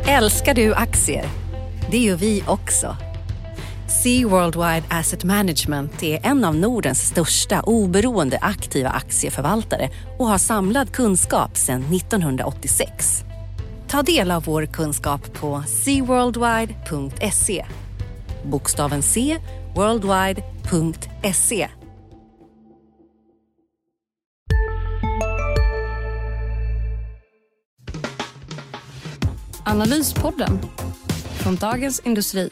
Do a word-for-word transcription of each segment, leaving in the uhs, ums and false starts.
Älskar du aktier? Det gör vi också. Sea Worldwide Asset Management är en av Nordens största oberoende aktiva aktieförvaltare och har samlad kunskap sedan nittonhundraåttiosex. Ta del av vår kunskap på sea worldwide punkt se. Bokstaven C, worldwide punkt se. Analyspodden från Dagens Industri.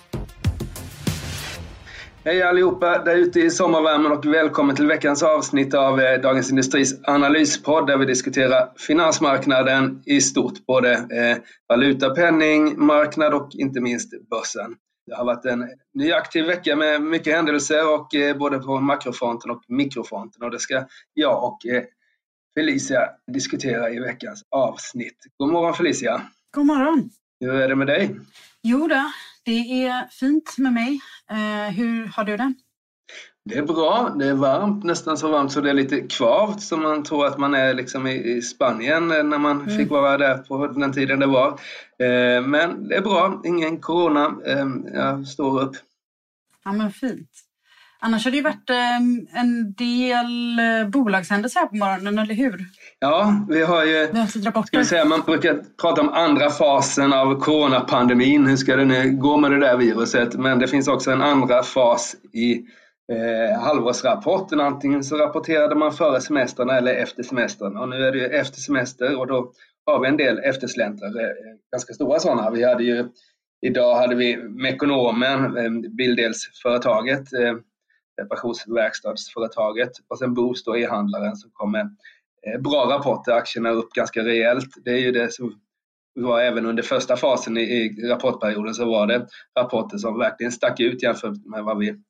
Hej allihopa där ute i sommarvärmen och välkommen till veckans avsnitt av Dagens Industris analyspodd där vi diskuterar finansmarknaden i stort. Både eh, valuta, penning, marknad och inte minst börsen. Det har varit en ny aktiv vecka med mycket händelser och eh, både på makrofronten och mikrofronten. Och det ska jag och eh, Felicia diskutera i veckans avsnitt. God morgon Felicia. God morgon. Hur är det med dig? Jo då, det är fint med mig. Eh, hur har du det? Det är bra, det är varmt, nästan så varmt så det är lite kvavt som man tror att man är liksom i, i Spanien när man mm. fick vara där på den tiden det var. Eh, men det är bra, ingen corona, eh, jag står upp. Ja men fint. Annars har det ju varit eh, en del eh, bolagshändelser här på morgonen, eller hur? Ja, vi har ju, ska vi säga, man brukar prata om andra fasen av coronapandemin. Hur ska det nu gå med det där viruset? Men det finns också en andra fas i eh, halvårsrapporten. Antingen så rapporterade man före semestern eller efter semestern. Och nu är det ju efter semester och då har vi en del eftersläntrare, ganska stora sådana. Vi hade ju, idag hade vi Mekonomen, eh, bildelsföretaget, eh, reparationsverkstadsföretaget och sen Boost och e-handlaren som kommer. Bra rapporter, aktierna upp ganska rejält. Det är ju det som var även under första fasen i, i rapportperioden, så var det rapporter som verkligen stack ut jämfört med vad vi eh,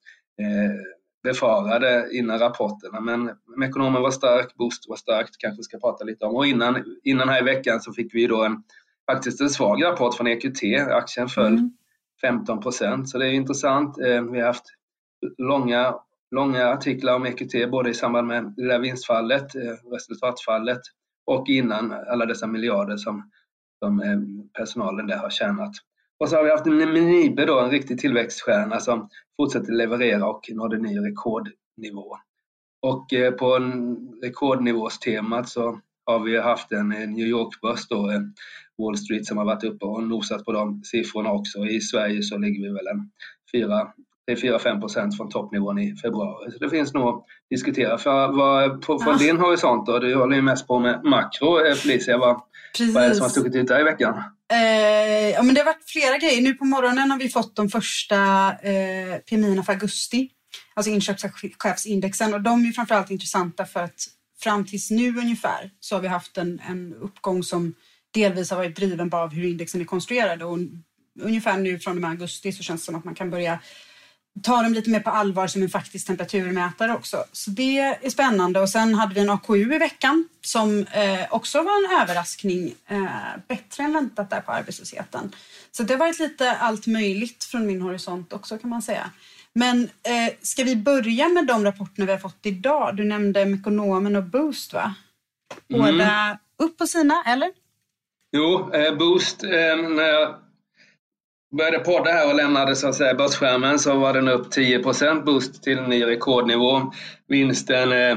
befarade innan rapporterna. Men Mekonomen var stark, Boost var starkt, kanske vi ska prata lite om. Och innan, innan här i veckan så fick vi då en, faktiskt en svag rapport från E Q T. Aktien föll mm. femton procent, så det är intressant. Eh, vi har haft långa Långa artiklar om E Q T både i samband med det där vinstfallet, resultatfallet och innan alla dessa miljarder som, som personalen där har tjänat. Och så har vi haft en Nibe då, en riktig tillväxtstjärna som fortsätter leverera och nådde ny rekordnivå. Och på en rekordnivåstemat så har vi haft en New York-börs då, Wall Street, som har varit uppe och nosat på de siffrorna också. I Sverige så ligger vi väl en fyra till fem procent från toppnivån i februari. Så det finns nog att diskutera. För vad, på, från ja. din horisont då, du håller ju mest på med makro, Felicia. Vad, vad är det som har stuckit ut där i veckan? Eh, ja, men det har varit flera grejer. Nu på morgonen har vi fått de första eh, P M I för augusti. Alltså inköpschefsindexen. Och de är framförallt intressanta för att fram tills nu ungefär så har vi haft en, en uppgång som delvis har varit driven bara av hur indexen är konstruerade. Och ungefär nu från och med augusti så känns det som att man kan börja ta dem lite mer på allvar som en faktisk temperaturmätare också. Så det är spännande. Och sen hade vi en A K U i veckan som eh, också var en överraskning. Eh, bättre än väntat där på arbetslösheten. Så det har varit lite allt möjligt från min horisont också kan man säga. Men eh, ska vi börja med de rapporterna vi har fått idag? Du nämnde Mekonomen och Boost, va? Båda mm. upp på sina, eller? Jo, eh, Boost, eh, när jag började podda här och lämnade så att säga börsskärmen så var den upp tio procent, Boost till ny rekordnivå. Vinsten eh,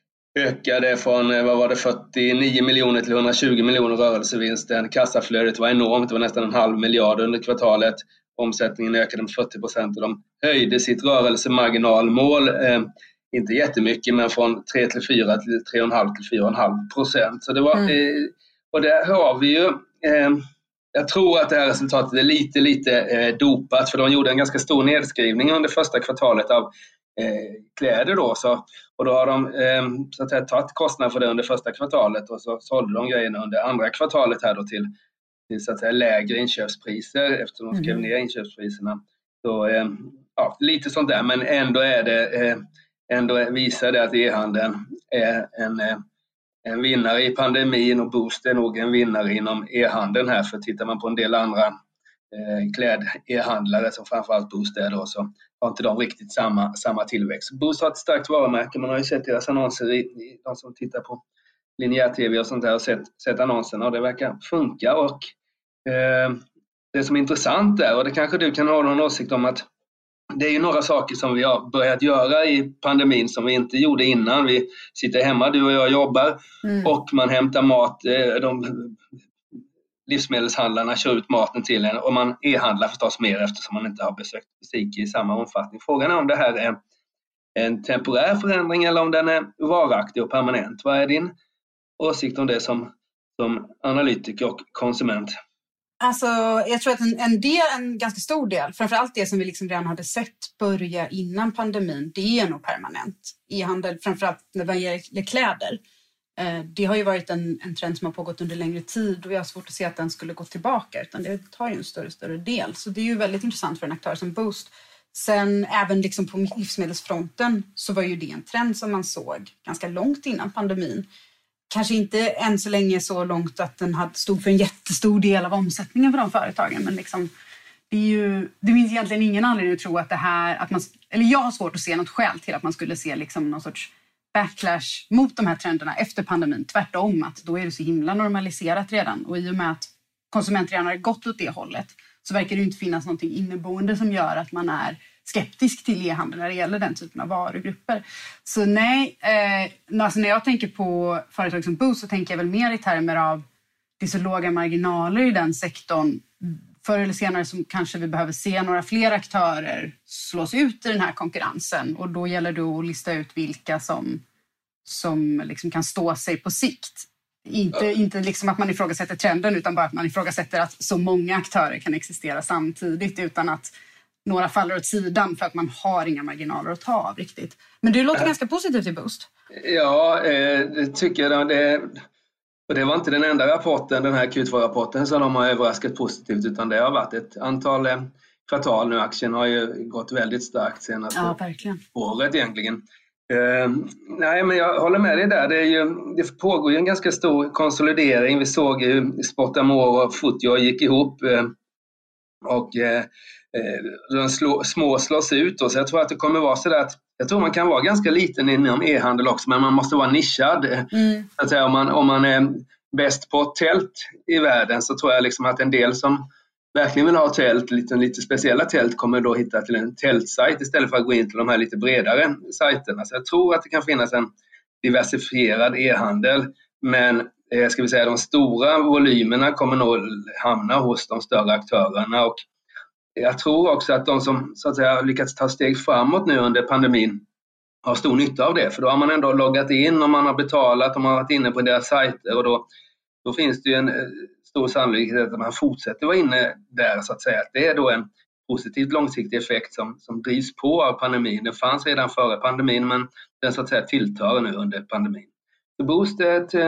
ökade från eh, vad var det, fyrtionio miljoner till hundratjugo miljoner rörelsevinsten. Kassaflödet var enormt, det var nästan en halv miljard under kvartalet. Omsättningen ökade med fyrtio procent och de höjde sitt rörelsemarginalmål. Eh, inte jättemycket, men från tre till fyra till tre komma fem till fyra komma fem procent. Så det var, mm. eh, och där har vi ju... Eh, Jag tror att det här resultatet är lite, lite eh, dopat, för de gjorde en ganska stor nedskrivning under första kvartalet av eh, kläder då. Så, och då har de eh, så att säga, tagit kostnader för det under första kvartalet och så sålde de grejerna under andra kvartalet här då till, till så att säga, lägre inköpspriser eftersom de skrev ner inköpspriserna. Så eh, ja, lite sånt där, men ändå är det eh, ändå visar det att e-handeln är en eh, en vinnare i pandemin, och Boost är nog en vinnare inom e-handeln här. För tittar man på en del andra eh, kläd-e-handlare som framförallt Boost är då, så har inte de riktigt samma, samma tillväxt. Boost har ett starkt varumärke, man har ju sett deras annonser i, i de som tittar på linjär-tv och sånt där och sett, sett annonserna, och det verkar funka. Och eh, det som är intressant där, och det kanske du kan ha någon åsikt om, att det är ju några saker som vi har börjat göra i pandemin som vi inte gjorde innan. Vi sitter hemma, du och jag jobbar, mm. och man hämtar mat, de livsmedelshandlarna kör ut maten till en, och man e-handlar förstås mer eftersom man inte har besökt butik i samma omfattning. Frågan är om det här är en temporär förändring eller om den är varaktig och permanent. Vad är din åsikt om det som, som analytiker och konsument? Alltså, jag tror att en, en del, en ganska stor del, framförallt det som vi liksom redan hade sett börja innan pandemin, det är nog permanent. E-handel, framförallt när det gäller kläder. Eh, det har ju varit en, en trend som har pågått under längre tid, och jag har svårt att se att den skulle gå tillbaka, utan det tar ju en större större del. Så det är ju väldigt intressant för en aktör som Boozt. Sen även liksom på livsmedelsfronten så var ju det en trend som man såg ganska långt innan pandemin. Kanske inte än så länge så långt att den hade stod för en jättestor del av omsättningen för de företagen. Men liksom, det, är ju, det finns egentligen ingen anledning att tro att det här... Att man, eller jag har svårt att se något skäl till att man skulle se liksom någon sorts backlash mot de här trenderna efter pandemin. Tvärtom, att då är det så himla normaliserat redan. Och i och med att konsumenter redan har gått åt det hållet så verkar det inte finnas någonting inneboende som gör att man är skeptisk till e-handel när det gäller den typen av varugrupper. Så nej, eh, alltså när jag tänker på företag som Boozt så tänker jag väl mer i termer av det är så låga marginaler i den sektorn. Förr eller senare så kanske vi behöver se några fler aktörer slås ut i den här konkurrensen, och då gäller det att lista ut vilka som, som liksom kan stå sig på sikt. Inte, ja. inte liksom att man ifrågasätter trenden, utan bara att man ifrågasätter att så många aktörer kan existera samtidigt utan att några faller åt sidan för att man har inga marginaler att ta av riktigt. Men det låter äh. ganska positivt i Boozt. Ja, det tycker jag. Det, och det var inte den enda rapporten, den här Q två-rapporten, som de har överraskat positivt, utan det har varit ett antal kvartal nu. Aktien har ju gått väldigt starkt senaste ja, verkligen. året egentligen. Uh, nej, men jag håller med dig där. Det, är ju, det pågår ju en ganska stor konsolidering. Vi såg ju Sportamore och Footjoy gick ihop uh, och uh, de slå, små slås ut. Och så jag tror att det kommer vara så där att jag tror man kan vara ganska liten inom e-handel också, men man måste vara nischad. Mm. Så att säga, om, man, om man är bäst på tält i världen så tror jag liksom att en del som verkligen vill ha tält, lite, lite speciella tält, kommer då hitta till en tältsajt istället för att gå in till de här lite bredare sajterna. Så jag tror att det kan finnas en diversifierad e-handel, men eh, ska vi säga de stora volymerna kommer nog hamna hos de större aktörerna. Och jag tror också att de som så att säga lyckats ta steg framåt nu under pandemin har stor nytta av det, för då har man ändå loggat in och man har betalat och man har varit inne på deras sajter, och då, då finns det ju en stor sannolikhet att man fortsätter vara inne där, så att säga. Det är då en positivt långsiktig effekt som, som drivs på av pandemin. Den fanns redan före pandemin, men den så att säga tilltar nu under pandemin. Så Boozt är ett,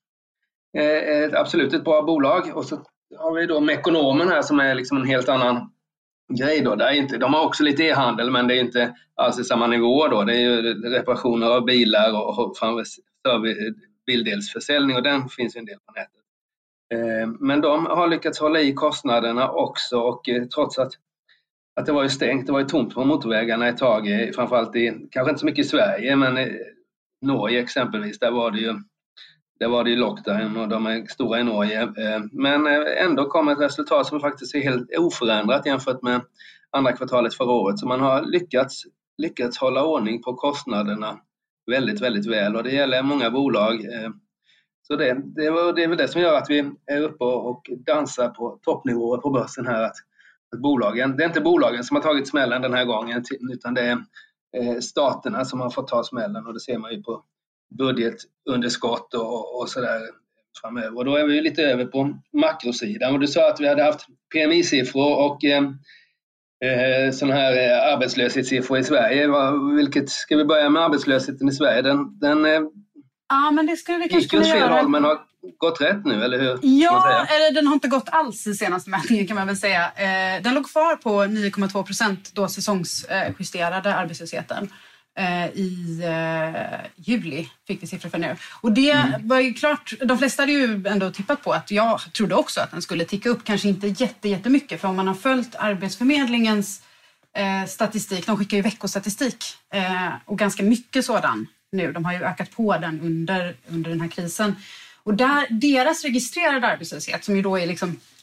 ett, absolut ett bra bolag, och så har vi då Mekonomen här som är liksom en helt annan grej då. Det är inte, de har också lite e-handel, men det är inte alls i samma nivå då. Det är ju reparationer av bilar och, och bildelsförsäljning, och den finns en del på nätet. Men de har lyckats hålla i kostnaderna också, och trots att, att det var ju stängt, det var ju tomt på motorvägarna ett tag, framförallt i, kanske inte så mycket i Sverige, men i Norge exempelvis, där var det ju, där var det ju lockdown och de är stora i Norge. Men ändå kom ett resultat som faktiskt är helt oförändrat jämfört med andra kvartalet förra året. Så man har lyckats, lyckats hålla ordning på kostnaderna väldigt, väldigt väl, och det gäller många bolag. Så det, det, var, det är väl det som gör att vi är uppe och dansar på toppnivåer på börsen här. Att, att bolagen, det är inte bolagen som har tagit smällen den här gången, utan det är eh, staterna som har fått ta smällen, och det ser man ju på budgetunderskott och, och sådär framöver. Och då är vi ju lite över på makrosidan. Och du sa att vi hade haft P M I-siffror och eh, eh, sådana här eh, arbetslöshetssiffror i Sverige. Vilket, ska vi börja med arbetslösheten i Sverige? Den... den eh, Ja, men det skulle vi kanske kunna göra. Fel håll, men har gått rätt nu, eller hur? Ja, eller den har inte gått alls i senaste mätningen, kan man väl säga. Eh, den låg kvar på nio komma två procent då säsongsjusterade eh, arbetslösheten. Eh, I eh, juli fick vi siffror för nu. Och det mm. var ju klart, de flesta hade ju ändå tippat på att jag trodde också att den skulle ticka upp, kanske inte jätte, jättemycket. För om man har följt Arbetsförmedlingens eh, statistik, de skickar ju veckostatistik eh, och ganska mycket sådan nu. De har ju ökat på den under, under den här krisen. Och där, deras registrerade arbetslöshet, som ju då är liksom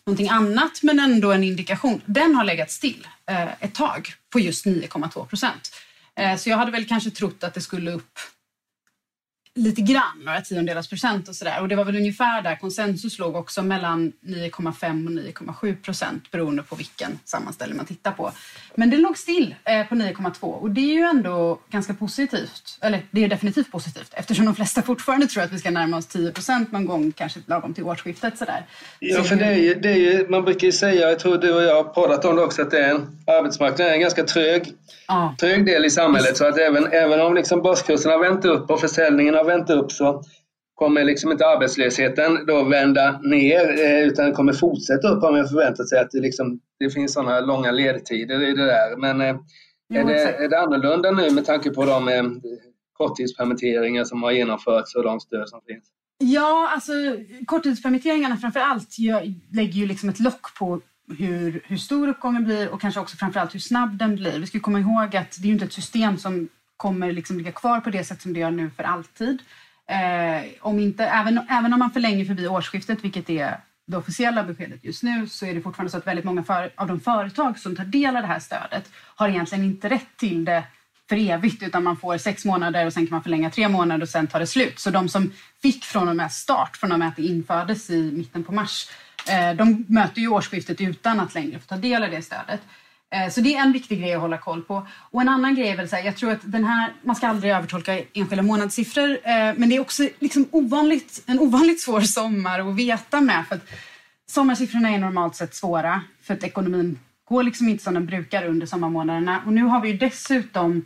någonting annat, men ändå en indikation. Den har legat still eh, ett tag på just nio komma två procent. Eh, så jag hade väl kanske trott att det skulle upp lite grann, några tiondelars procent och sådär. Och det var väl ungefär där konsensus låg också, mellan nio komma fem och nio komma sju procent beroende på vilken sammanställning man tittar på. Men det låg still eh, på nio komma två och det är ju ändå ganska positivt. Eller det är definitivt positivt eftersom de flesta fortfarande tror att vi ska närma oss tio procent någon gång, kanske lagom till årsskiftet sådär. Ja, Så för det är, ju, det är ju, man brukar ju säga, jag tror du och jag har pratat om det också, att det är en, arbetsmarknaden är en ganska trög, ja. trög del i samhället. Så att även, även om liksom börskurserna vänt upp och försäljningen har vänt upp, så kommer liksom inte arbetslösheten då vända ner, utan kommer fortsätta upp, om jag förväntat sig att det, liksom, det finns sådana långa ledtider i det där. Men är, jo, det, är det annorlunda nu med tanke på de eh, korttidspermitteringar som har genomförts och de stöd som finns? Ja, alltså korttidspermitteringarna framför allt gör, lägger ju liksom ett lock på hur, hur stor uppgången blir och kanske också framförallt hur snabb den blir. Vi ska komma ihåg att det är ju inte ett system som kommer liksom ligga kvar på det sätt som det gör nu för alltid. Eh, om inte, även, även om man förlänger förbi årsskiftet, vilket är det officiella beskedet just nu, så är det fortfarande så att väldigt många för, av de företag som tar del av det här stödet har egentligen inte rätt till det för evigt, utan man får sex månader och sen kan man förlänga tre månader och sen tar det slut. Så de som fick från och med start, från och med att det infördes i mitten på mars, eh, de möter ju årsskiftet utan att längre få ta del av det stödet. Så det är en viktig grej att hålla koll på. Och en annan grej är väl så här, jag tror att den här, man ska aldrig övertolka enskilda månadssiffror, men det är också liksom ovanligt, en ovanligt svår sommar att veta med, för att sommarsiffrorna är normalt sett svåra, för att ekonomin går liksom inte som den brukar under sommarmånaderna. Och nu har vi ju dessutom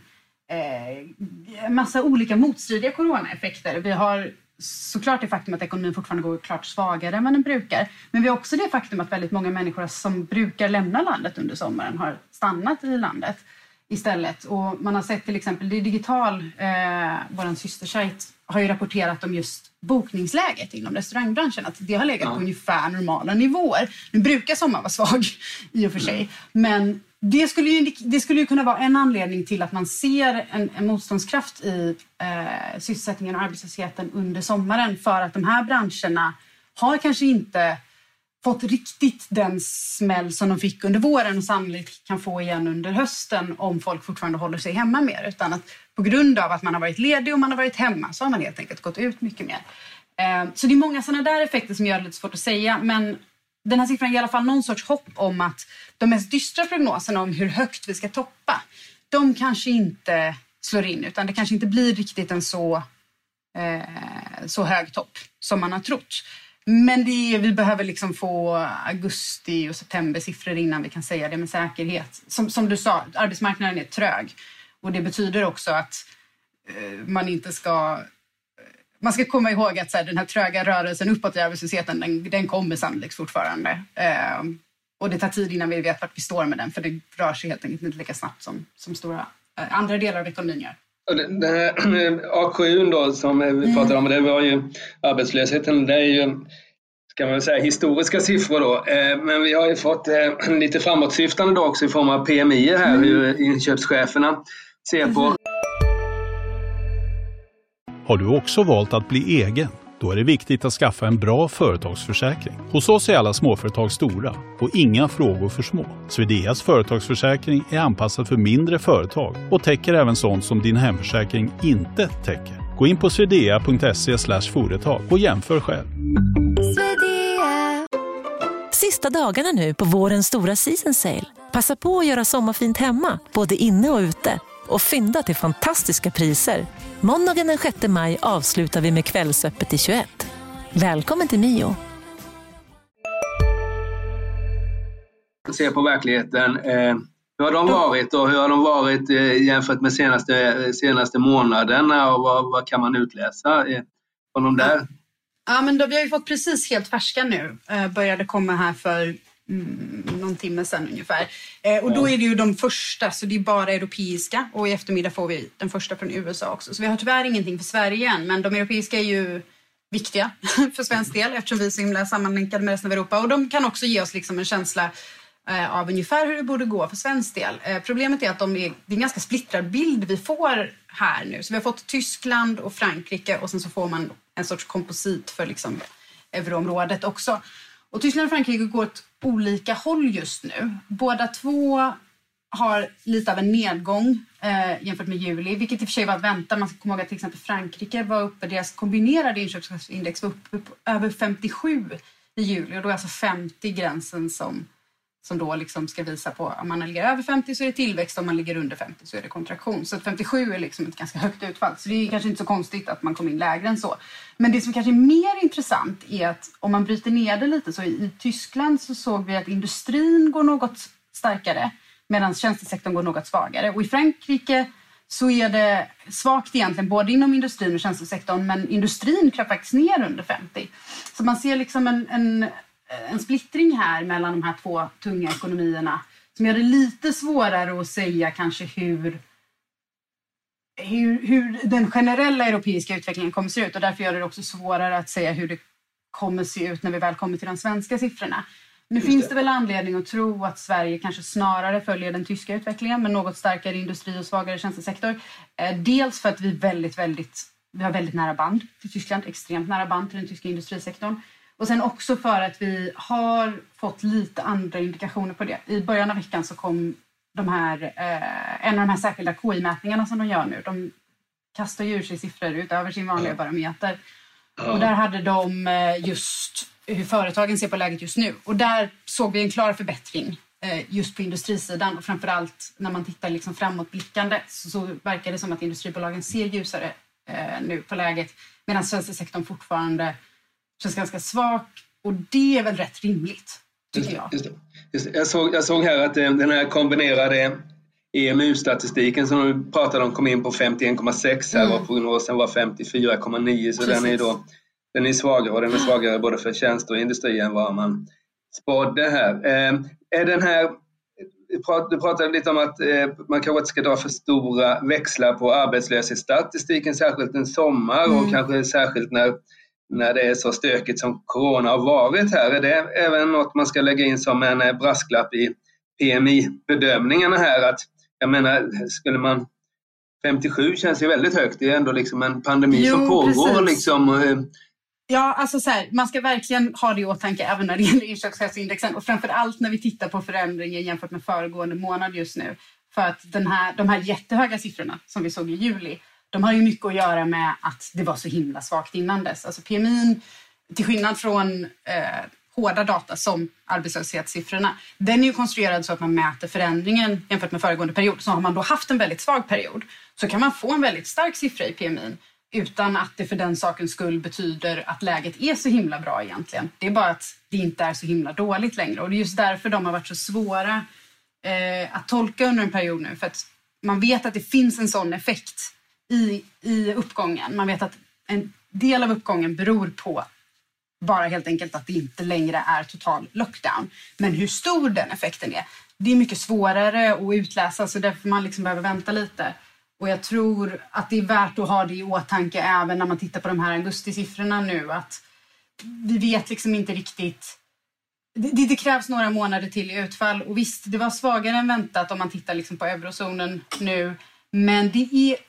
eh, en massa olika motstridiga coronaeffekter. Vi har såklart det faktum att ekonomin fortfarande går klart svagare än vad den brukar. Men vi har också det faktum att väldigt många människor som brukar lämna landet under sommaren har stannat i landet istället. Och man har sett till exempel, det är Digital, eh, vår systersajt, har ju rapporterat om just bokningsläget inom restaurangbranschen. Att det har legat ja. på ungefär normala nivåer. Nu brukar sommar vara svag i och för sig. Mm. Men det skulle, ju, det skulle ju kunna vara en anledning till att man ser en, en motståndskraft i eh, sysselsättningen och arbetslösheten under sommaren. För att de här branscherna har kanske inte fått riktigt den smäll som de fick under våren och sannolikt kan få igen under hösten om folk fortfarande håller sig hemma mer. Utan att på grund av att man har varit ledig och man har varit hemma så har man helt enkelt gått ut mycket mer. Eh, så det är många sådana där effekter som gör det lite svårt att säga, men den här siffran ger i alla fall någon sorts hopp om att de mest dystra prognoserna om hur högt vi ska toppa, de kanske inte slår in, utan det kanske inte blir riktigt en så, eh, så hög topp som man har trott. Men det är, vi behöver liksom få augusti och september siffror innan vi kan säga det med säkerhet. Som, som du sa, arbetsmarknaden är trög och det betyder också att eh, man inte ska... Man ska komma ihåg att så här, den här tröga rörelsen uppåt i arbetslösheten, den, den kommer sannolikt fortfarande. Eh, och det tar tid innan vi vet vart vi står med den, för det rör sig helt enkelt inte lika snabbt som, som stora, eh, andra delar av ekonomin gör. Och den här A K U då som vi pratade om, det var ju arbetslösheten, det är ju, ska man väl säga, historiska siffror då. Eh, men vi har ju fått eh, lite framåtsyftande då också i form av P M I här, mm. hur inköpscheferna ser på. Mm. Har du också valt att bli egen? Då är det viktigt att skaffa en bra företagsförsäkring. Hos oss är alla småföretag stora och inga frågor för små. Swedeas företagsförsäkring är anpassad för mindre företag och täcker även sånt som din hemförsäkring inte täcker. Gå in på swedea punkt se slash företag och jämför själv. Sista dagarna nu på vårens stora season sale. Passa på att göra sommarfint hemma, både inne och ute. Och fynda till fantastiska priser. Måndagen den sjätte maj avslutar vi med kvällsöppet i tjugoett. Välkommen till Mio. Se på verkligheten. Eh, hur har de varit och hur har de varit eh, jämfört med senaste, senaste månaderna och vad, vad kan man utläsa eh, från de där? Ja, men då, vi har ju fått precis helt färska nu. Eh, började komma här för mm, någon timme sedan ungefär. Eh, och då är det ju de första, så det är bara europeiska. Och i eftermiddag får vi den första från U S A också. Så vi har tyvärr ingenting för Sverige än, men de europeiska är ju viktiga för svensk del eftersom vi är så himla sammanlänkade med resten av Europa. Och de kan också ge oss liksom en känsla eh, av ungefär hur det borde gå för svensk del. Eh, problemet är att de är, det är en ganska splittrad bild vi får här nu. Så vi har fått Tyskland och Frankrike och sen så får man en sorts komposit för liksom euroområdet också. Och Tyskland och Frankrike går åt olika håll just nu. Båda två har lite av en nedgång eh, jämfört med juli, vilket i och för sig var att vänta. Man ska komma ihåg att till exempel Frankrike var uppe, deras kombinerade inköpschefsindex var uppe på över femtiosju i juli. Och då är alltså femtio gränsen som, som då liksom ska visa på om man ligger över femtio så är det tillväxt, om man ligger under femtio så är det kontraktion. Så att femtiosju är liksom ett ganska högt utfall. Så det är kanske inte så konstigt att man kom in lägre än så. Men det som kanske är mer intressant är att om man bryter ner det lite så i, i Tyskland så såg vi att industrin går något starkare medan tjänstesektorn går något svagare. Och i Frankrike så är det svagt egentligen både inom industrin och tjänstesektorn, men industrin kröp faktiskt ner under femtio. Så man ser liksom en, en, en splittring här mellan de här två tunga ekonomierna som gör det lite svårare att säga kanske hur, hur, hur den generella europeiska utvecklingen kommer se ut, och därför gör det också svårare att säga hur det kommer se ut när vi väl kommer till de svenska siffrorna. Nu finns det. det väl anledning att tro att Sverige kanske snarare följer den tyska utvecklingen med något starkare industri och svagare tjänstesektor. Dels för att vi, väldigt, väldigt, vi har väldigt nära band till Tyskland, extremt nära band till den tyska industrisektorn. Och sen också för att vi har fått lite andra indikationer på det. I början av veckan så kom de här, eh, en av de här särskilda K I-mätningarna som de gör nu. De kastar ju ur sig siffror utöver sin vanliga barometer. Ja. Och där hade de just hur företagen ser på läget just nu. Och där såg vi en klar förbättring eh, just på industrisidan. Och framförallt när man tittar liksom framåtblickande så, så verkar det som att industribolagen ser ljusare eh, nu på läget. Medan tjänstesektorn fortfarande känns ganska svag. Och det är väl rätt rimligt, tycker jag. Just det, just det. Jag, såg, jag såg här att eh, den här kombinerade E M U-statistiken som vi pratade om kom in på femtioen komma sex här, mm. och prognosen var femtiofyra komma nio, så Precis. den är då den är svagare, och den är svagare både för tjänst och industri än vad man spådde här. Eh, är den här du pratade lite om att eh, man kanske inte ska dra för stora växlar på arbetslöshetsstatistiken, särskilt en sommar mm. och kanske särskilt när, när det är så stökigt som corona har varit här. Är det även något man ska lägga in som en brasklapp i P M I-bedömningarna här? Att, jag menar, skulle man femtiosju känns ju väldigt högt. Det är ändå liksom en pandemi jo, som pågår. Liksom, eh, Ja, alltså så här, man ska verkligen ha det i åtanke även när det gäller inköpschefsindexen, och framförallt när vi tittar på förändringen jämfört med föregående månad just nu. För att den här, de här jättehöga siffrorna som vi såg i juli, de har ju mycket att göra med att det var så himla svagt innan dess. Alltså P M I, till skillnad från eh, hårda data som arbetslöshetssiffrorna, den är ju konstruerad så att man mäter förändringen jämfört med föregående period. Så har man då haft en väldigt svag period så kan man få en väldigt stark siffra i P M I utan att det för den sakens skull betyder att läget är så himla bra egentligen. Det är bara att det inte är så himla dåligt längre, och det är just därför de har varit så svåra eh, att tolka under en period nu, för att man vet att det finns en sån effekt i, i uppgången. Man vet att en del av uppgången beror på bara helt enkelt att det inte längre är total lockdown. Men hur stor den effekten är, det är mycket svårare att utläsa, så därför man liksom behöver vänta lite. Och jag tror att det är värt att ha det i åtanke även när man tittar på de här augustisiffrorna nu, att vi vet liksom inte riktigt. Det, det krävs några månader till i utfall, och visst, det var svagare än väntat om man tittar liksom på eurozonen nu, men det är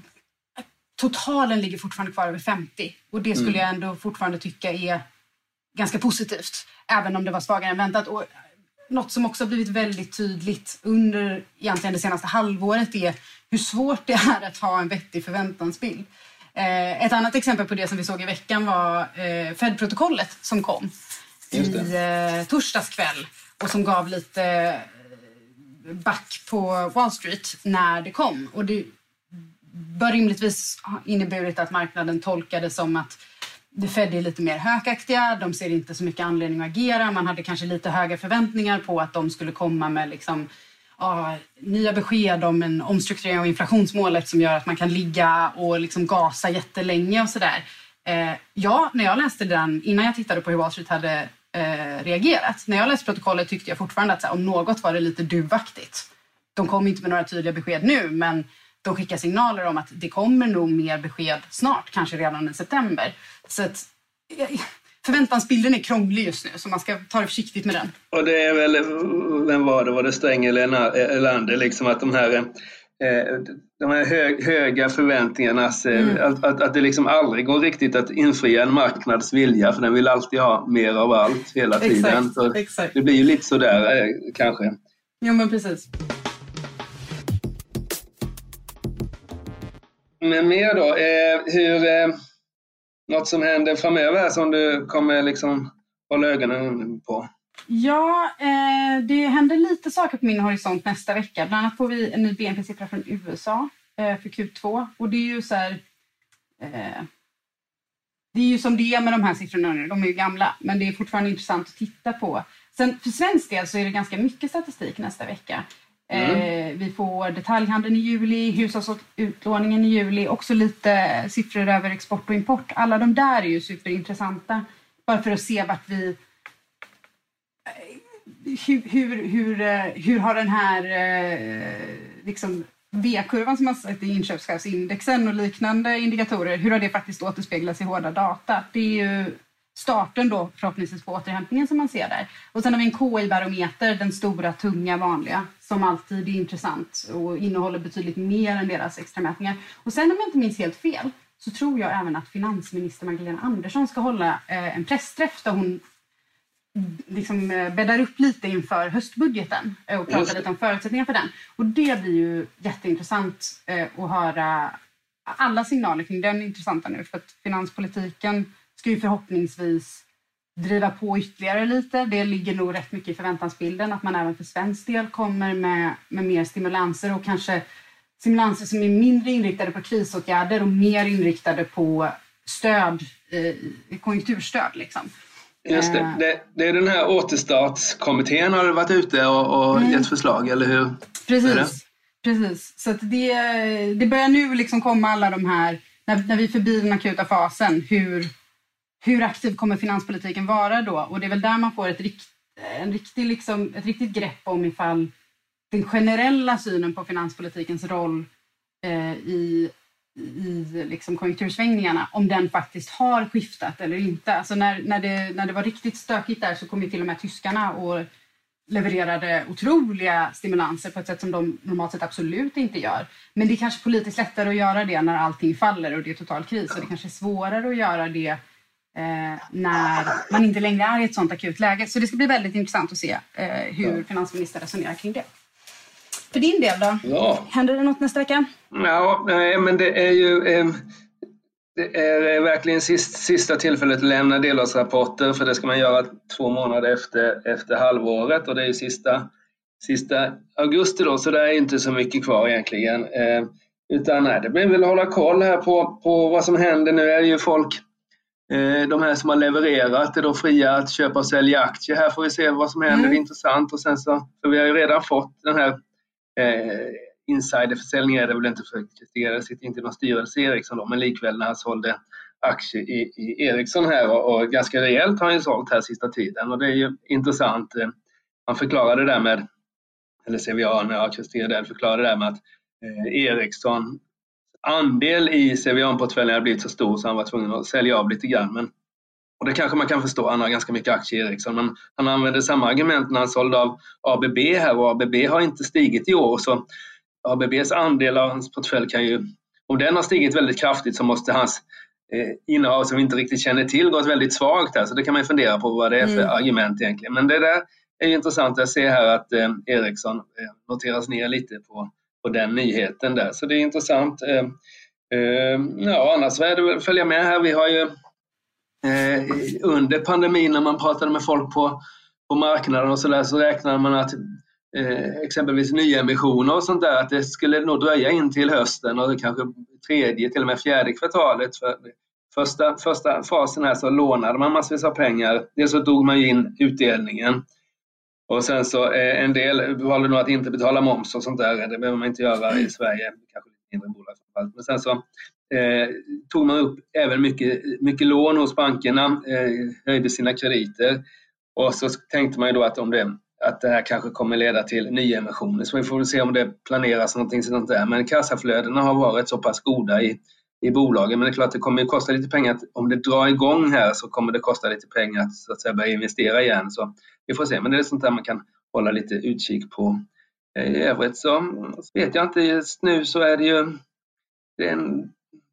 totalen ligger fortfarande kvar över femtio, och det skulle mm. jag ändå fortfarande tycka är ganska positivt, även om det var svagare än väntat. Och något som också har blivit väldigt tydligt under egentligen det senaste halvåret är hur svårt det är att ha en vettig förväntansbild. Eh, ett annat exempel på det som vi såg i veckan var eh, Fed-protokollet som kom i eh, torsdags kväll, och som gav lite back på Wall Street när det kom. Och det bör rimligtvis ha inneburit att marknaden tolkade som att The Fed är lite mer högaktiga, de ser inte så mycket anledning att agera. Man hade kanske lite höga förväntningar på att de skulle komma med liksom, ja, nya besked om en omstrukturering av inflationsmålet som gör att man kan ligga och liksom gasa jättelänge och sådär. Eh, ja, när jag läste den, innan jag tittade på hur Wall Street hade eh, reagerat, när jag läste protokollet tyckte jag fortfarande att så här, om något var det lite duvaktigt. De kom inte med några tydliga besked nu, men de skickar signaler om att det kommer nog mer besked snart, kanske redan i september. Så att förväntansbilden är krånglig just nu, så man ska ta det försiktigt med den. Och det är väl, vem var det, var det Sträng eller Erlander, liksom att de här, eh, de här hög, höga förväntningarnas, mm. att, att, att det liksom aldrig går riktigt att infria en marknads vilja, för den vill alltid ha mer av allt hela tiden. Exakt, exakt. Det blir ju lite sådär eh, kanske. Ja, men precis. Men mer då, eh, hur eh, något som händer framöver som du kommer liksom hålla ögonen på? Ja, eh, det händer lite saker på min horisont nästa vecka. Bland annat får vi en ny B N P-siffra från U S A eh, för Q två. Och det är ju så här, eh, det är ju som det är med de här siffrorna nu. De är ju gamla, men det är fortfarande intressant att titta på. Sen för svensk del så är det ganska mycket statistik nästa vecka. Eh, mm. Vi får detaljhandeln i juli, hushållsutlåningen i juli, också lite siffror över export och import. Alla de där är ju superintressanta. Bara för att se vart vi... Hur, hur, hur, hur har den här liksom V-kurvan som man sett i inköpschefsindexen och liknande indikatorer, hur har det faktiskt återspeglats i hårda data? Det är ju starten då förhoppningsvis på återhämtningen som man ser där. Och sen har vi en K I-barometer, den stora, tunga, vanliga, som alltid är intressant och innehåller betydligt mer än deras extramätningar. Och sen om jag inte minns helt fel så tror jag även att finansminister Magdalena Andersson ska hålla en pressträff där hon liksom bäddar upp lite inför höstbudgeten och pratar lite om förutsättningar för den. Och det blir ju jätteintressant att höra alla signaler kring den intressanta nu, för att finanspolitiken ska ju förhoppningsvis driva på ytterligare lite. Det ligger nog rätt mycket i förväntansbilden att man även för svensk del kommer med, med mer stimulanser, och kanske stimulanser som är mindre inriktade på krisåtgärder och mer inriktade på stöd, eh, konjunkturstöd liksom. Just det. det. Det är den här återstartskommittén har varit ute och, och mm. gett förslag, eller hur? Precis, precis. Så att det, det börjar nu liksom komma alla de här, när, när vi är förbi den akuta fasen, hur, hur aktiv kommer finanspolitiken vara då? Och det är väl där man får ett, rikt, en riktig, liksom, ett riktigt grepp om ifall den generella synen på finanspolitikens roll eh, i i liksom konjunktursvängningarna, om den faktiskt har skiftat eller inte. Alltså när, när, det, när det var riktigt stökigt där så kom ju till och med tyskarna och levererade otroliga stimulanser på ett sätt som de normalt sett absolut inte gör. Men det är kanske politiskt lättare att göra det när allting faller och det är total kris, och det kanske är svårare att göra det eh, när man inte längre är i ett sånt akut läge. Så det ska bli väldigt intressant att se eh, hur finansministern resonerar kring det. För din del då? Ja. Händer det något nästa vecka? Ja, nej, men det är ju eh, det är verkligen sist, sista tillfället att lämna delårsrapporter, för det ska man göra två månader efter, efter halvåret, och det är ju sista, sista augusti då, så det är inte så mycket kvar egentligen. Eh, utan nej, det blir väl att hålla koll här på, på vad som händer. Nu är det ju folk, eh, de här som har levererat är då fria att köpa och sälja aktier. Här får vi se vad som händer, mm. det är intressant. Och sen så, för vi har ju redan fått den här Eh, insiderförsäljning är det väl inte, för Christer sitter inte i någon styrelse i Ericsson då, men likväl när han sålde aktier i, i Ericsson här och, och ganska rejält har han ju sålt här sista tiden, och det är ju intressant. Eh, han förklarade det där med, eller C V A när jag Christer där förklarade det där med att eh, Ericsson andel i C V A-portföljen har blivit så stor så han var tvungen att sälja av lite grann, men och det kanske man kan förstå, han har ganska mycket aktier i Ericsson, men han använde samma argument när han sålde av A B B här, och A B B har inte stigit i år, så A B B:s andel av hans portfölj kan ju, om den har stigit väldigt kraftigt så måste hans eh, innehav som vi inte riktigt känner till gått väldigt svagt här, så det kan man ju fundera på vad det är för mm. argument egentligen. Men det där är ju intressant att se här att eh, Ericsson eh, noteras ner lite på, på den nyheten där, så det är intressant. Eh, eh, ja, annars är det väl följa med här, vi har ju Eh, under pandemin när man pratade med folk på, på marknaden och så där, så räknade man att eh, exempelvis nyemissioner och sånt där, att det skulle nog dröja in till hösten och kanske tredje till och med fjärde kvartalet. För första, första fasen här så lånade man massvis av pengar, dels så tog man in utdelningen och sen så eh, en del valde nog att inte betala moms och sånt där, det behöver man inte göra i Sverige, kanske lite mindre bolag. Men sen så Eh, tog man upp även mycket, mycket lån hos bankerna, eh, höjde sina krediter, och så tänkte man ju då att, om det, att det här kanske kommer leda till nyemissioner, så vi får se om det planeras någonting sånt där. Men kassaflödena har varit så pass goda i, i bolagen, men det är klart att det kommer att kosta lite pengar, att, om det drar igång här så kommer det kosta lite pengar att, så att säga, börja investera igen, så vi får se, men det är sånt där man kan hålla lite utkik på I övrigt så, så vet jag inte, just nu så är det ju den,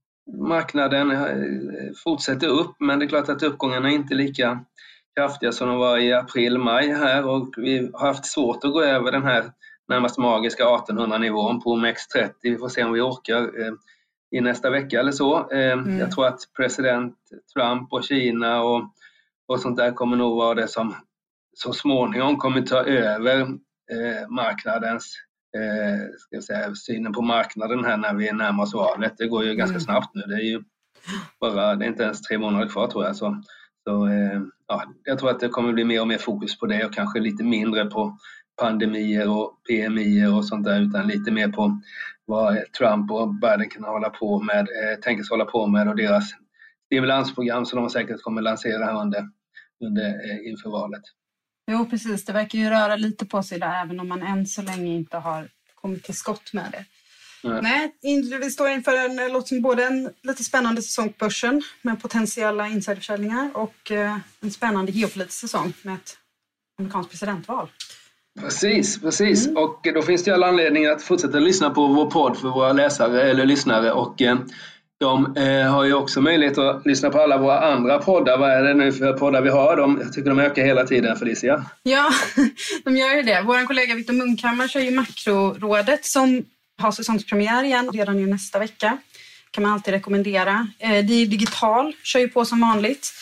marknaden fortsätter upp, men det är klart att uppgångarna är inte lika kraftiga som de var i april, maj här, och vi har haft svårt att gå över den här närmast magiska artonhundra nivån på O M X trettio. Vi får se om vi orkar eh, i nästa vecka eller så. Eh, mm. Jag tror att president Trump och Kina och, och sånt där kommer nog vara det som så småningom kommer ta över eh, marknadens eh, ska jag säga, synen på marknaden här när vi närmar oss valet. Det går ju ganska mm. snabbt nu. Det är ju bara, det är inte ens tre månader kvar tror jag. Så, så eh, ja, jag tror att det kommer bli mer och mer fokus på det och kanske lite mindre på pandemier och P M I och sånt där, utan lite mer på vad Trump och Biden kan hålla på med, eh, tänker hålla på med och deras stimulansprogram som de säkert kommer lansera här under, under eh, inför valet. Jo, precis. Det verkar ju röra lite på sig där, även om man än så länge inte har kommit till skott med det. Mm. Nej, vi står inför en, låt som både en lite spännande säsong på börsen med potentiella insiderförsäljningar och eh, en spännande geopolitisk säsong med ett amerikanskt presidentval. Precis, precis. Mm. Och då finns det all anledning att fortsätta lyssna på vår podd för våra läsare eller lyssnare. Och eh, de eh, har ju också möjlighet att lyssna på alla våra andra poddar. Vad är det nu för poddar vi har? De, jag tycker de ökar hela tiden, Felicia. Ja, de gör ju det. Vår kollega Victor Munkhammar kör ju Makrorådet som har säsongspremiär igen redan i nästa vecka. Kan man alltid rekommendera. Eh, det är digital, kör ju på som vanligt.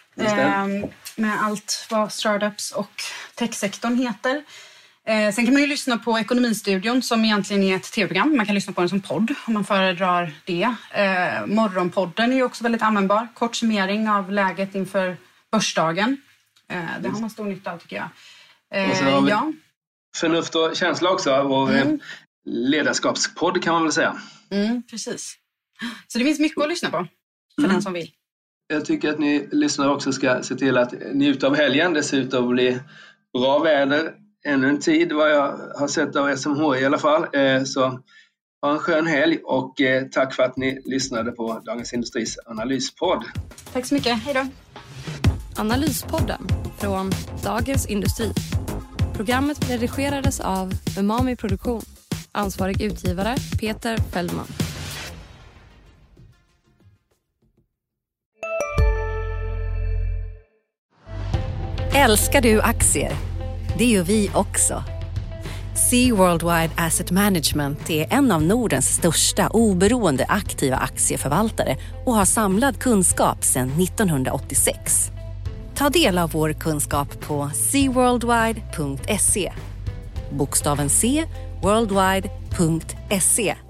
Eh, med allt vad startups och techsektorn heter. Eh, sen kan man ju lyssna på Ekonomistudion som egentligen är ett tv-program. Man kan lyssna på den som podd om man föredrar det. Eh, morgonpodden är ju också väldigt användbar. Kort summering av läget inför börsdagen. Eh, det har man stor nytta av tycker jag. Eh, och så har vi ja. Förnuft och känsla också. Vår mm. ledarskapspodd kan man väl säga. Mm, precis. Så det finns mycket att lyssna på för mm. den som vill. Jag tycker att ni lyssnare också ska se till att njuta av helgen. Det ser ut att bli bra väder ännu en tid vad jag har sett av S M H i alla fall. Så ha en skön helg och tack för att ni lyssnade på Dagens Industris analyspodd. Tack så mycket, hej då. Analyspodden från Dagens Industri. Programmet redigerades av Umami Produktion. Ansvarig utgivare Peter Fällman. Älskar du aktier? Det gör vi också. Sea Worldwide Asset Management är en av Nordens största oberoende aktiva aktieförvaltare och har samlad kunskap sedan nittonhundraåttiosex. Ta del av vår kunskap på sea worldwide punkt se. Bokstaven C, worldwide punkt se.